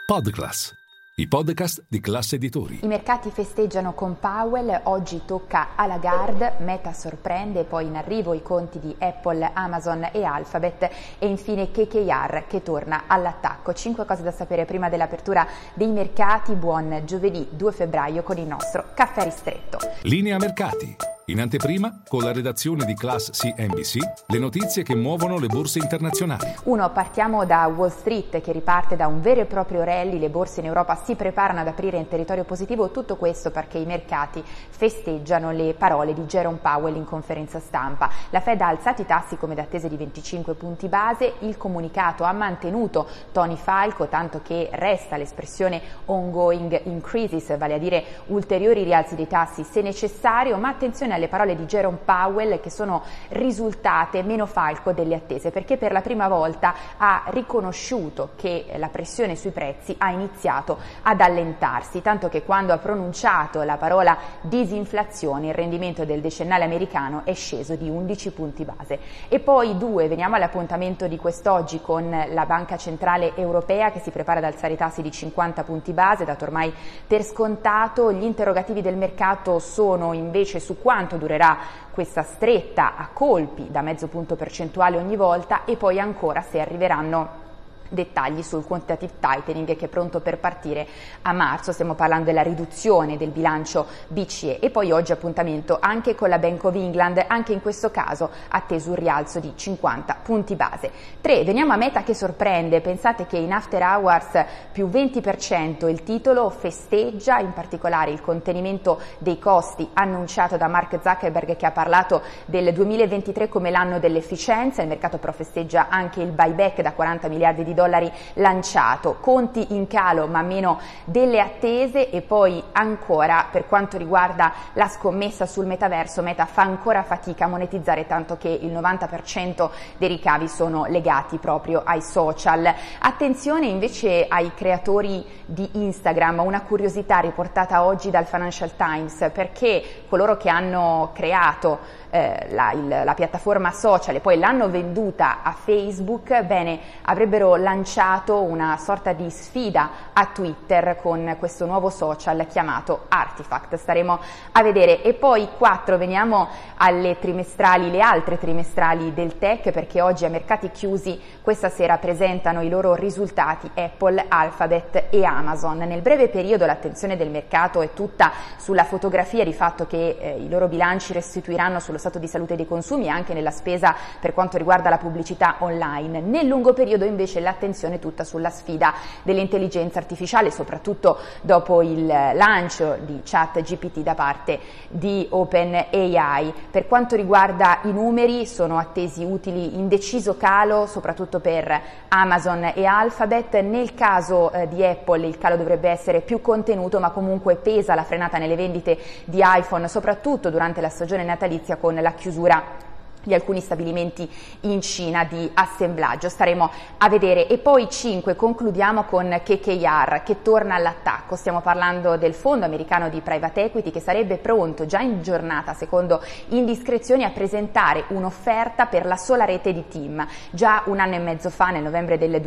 Podclass, i podcast di Class Editori. I mercati festeggiano con Powell, oggi tocca a Lagarde, Meta sorprende, poi in arrivo i conti di Apple, Amazon e Alphabet e infine KKR che torna all'attacco. 5 cose da sapere prima dell'apertura dei mercati. Buon giovedì 2 febbraio con il nostro caffè ristretto. Linea mercati. In anteprima, con la redazione di Class CNBC, le notizie che muovono le borse internazionali. Partiamo da Wall Street che riparte da un vero e proprio rally, le borse in Europa si preparano ad aprire in territorio positivo, tutto questo perché i mercati festeggiano le parole di Jerome Powell in conferenza stampa. La Fed ha alzato i tassi come da attese di 25 punti base, il comunicato ha mantenuto Tony Falco, tanto che resta l'espressione ongoing increases, vale a dire ulteriori rialzi dei tassi se necessario, ma attenzione alle parole di Jerome Powell che sono risultate meno falco delle attese, perché per la prima volta ha riconosciuto che la pressione sui prezzi ha iniziato ad allentarsi, tanto che quando ha pronunciato la parola disinflazione il rendimento del decennale americano è sceso di 11 punti base. E poi veniamo all'appuntamento di quest'oggi con la Banca Centrale Europea che si prepara ad alzare i tassi di 50 punti base, dato ormai per scontato. Gli interrogativi del mercato sono invece su quanto durerà questa stretta a colpi da mezzo punto percentuale ogni volta e poi ancora se arriveranno dettagli sul quantitative tightening che è pronto per partire a marzo. Stiamo parlando della riduzione del bilancio BCE e poi oggi appuntamento anche con la Bank of England, anche in questo caso atteso un rialzo di 50 punti base. Veniamo a Meta che sorprende, pensate che in after hours più 20% il titolo festeggia, in particolare il contenimento dei costi annunciato da Mark Zuckerberg che ha parlato del 2023 come l'anno dell'efficienza, il mercato però festeggia anche il buyback da 40 miliardi di dollari lanciato, conti in calo ma meno delle attese. E poi ancora per quanto riguarda la scommessa sul metaverso, Meta fa ancora fatica a monetizzare, tanto che il 90% dei ricavi sono legati proprio ai social. Attenzione invece ai creatori di Instagram, una curiosità riportata oggi dal Financial Times, perché coloro che hanno creato la piattaforma social e poi l'hanno venduta a Facebook, avrebbero lanciato una sorta di sfida a Twitter con questo nuovo social chiamato Artifact. Staremo a vedere. E poi 4, veniamo alle trimestrali, le altre trimestrali del tech, perché oggi a mercati chiusi questa sera presentano i loro risultati Apple, Alphabet e Amazon. Nel breve periodo l'attenzione del mercato è tutta sulla fotografia di fatto che i loro bilanci restituiranno sullo stato di salute dei consumi e anche nella spesa per quanto riguarda la pubblicità online. Nel lungo periodo invece l'attenzione è tutta sulla sfida dell'intelligenza artificiale, soprattutto dopo il lancio di ChatGPT da parte di OpenAI. Per quanto riguarda i numeri, sono attesi utili in deciso calo, soprattutto per Amazon e Alphabet. Nel caso di Apple il calo dovrebbe essere più contenuto, ma comunque pesa la frenata nelle vendite di iPhone, soprattutto durante la stagione natalizia con la chiusura di alcuni stabilimenti in Cina di assemblaggio. Staremo a vedere. E poi 5, concludiamo con KKR che torna all'attacco. Stiamo parlando del fondo americano di private equity che sarebbe pronto già in giornata, secondo indiscrezioni, a presentare un'offerta per la sola rete di TIM. Già un anno e mezzo fa, nel novembre del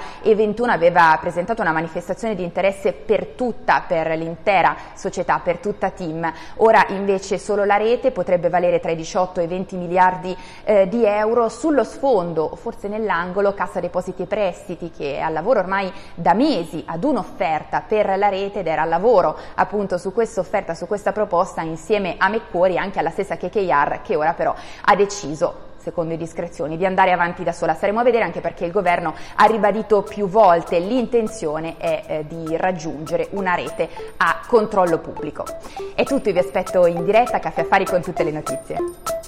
2021, aveva presentato una manifestazione di interesse per l'intera società, per tutta TIM. Ora invece solo la rete potrebbe valere tra i 18 e i 20 miliardi di euro. Sullo sfondo, forse nell'angolo, Cassa Depositi e Prestiti che è al lavoro ormai da mesi ad un'offerta per la rete ed era al lavoro appunto su questa offerta, su questa proposta insieme a Macquarie e anche alla stessa KKR che ora però ha deciso, secondo indiscrezioni, di andare avanti da sola. Staremo a vedere, anche perché il governo ha ribadito più volte l'intenzione è di raggiungere una rete a controllo pubblico. È tutto, vi aspetto in diretta a Caffè Affari con tutte le notizie.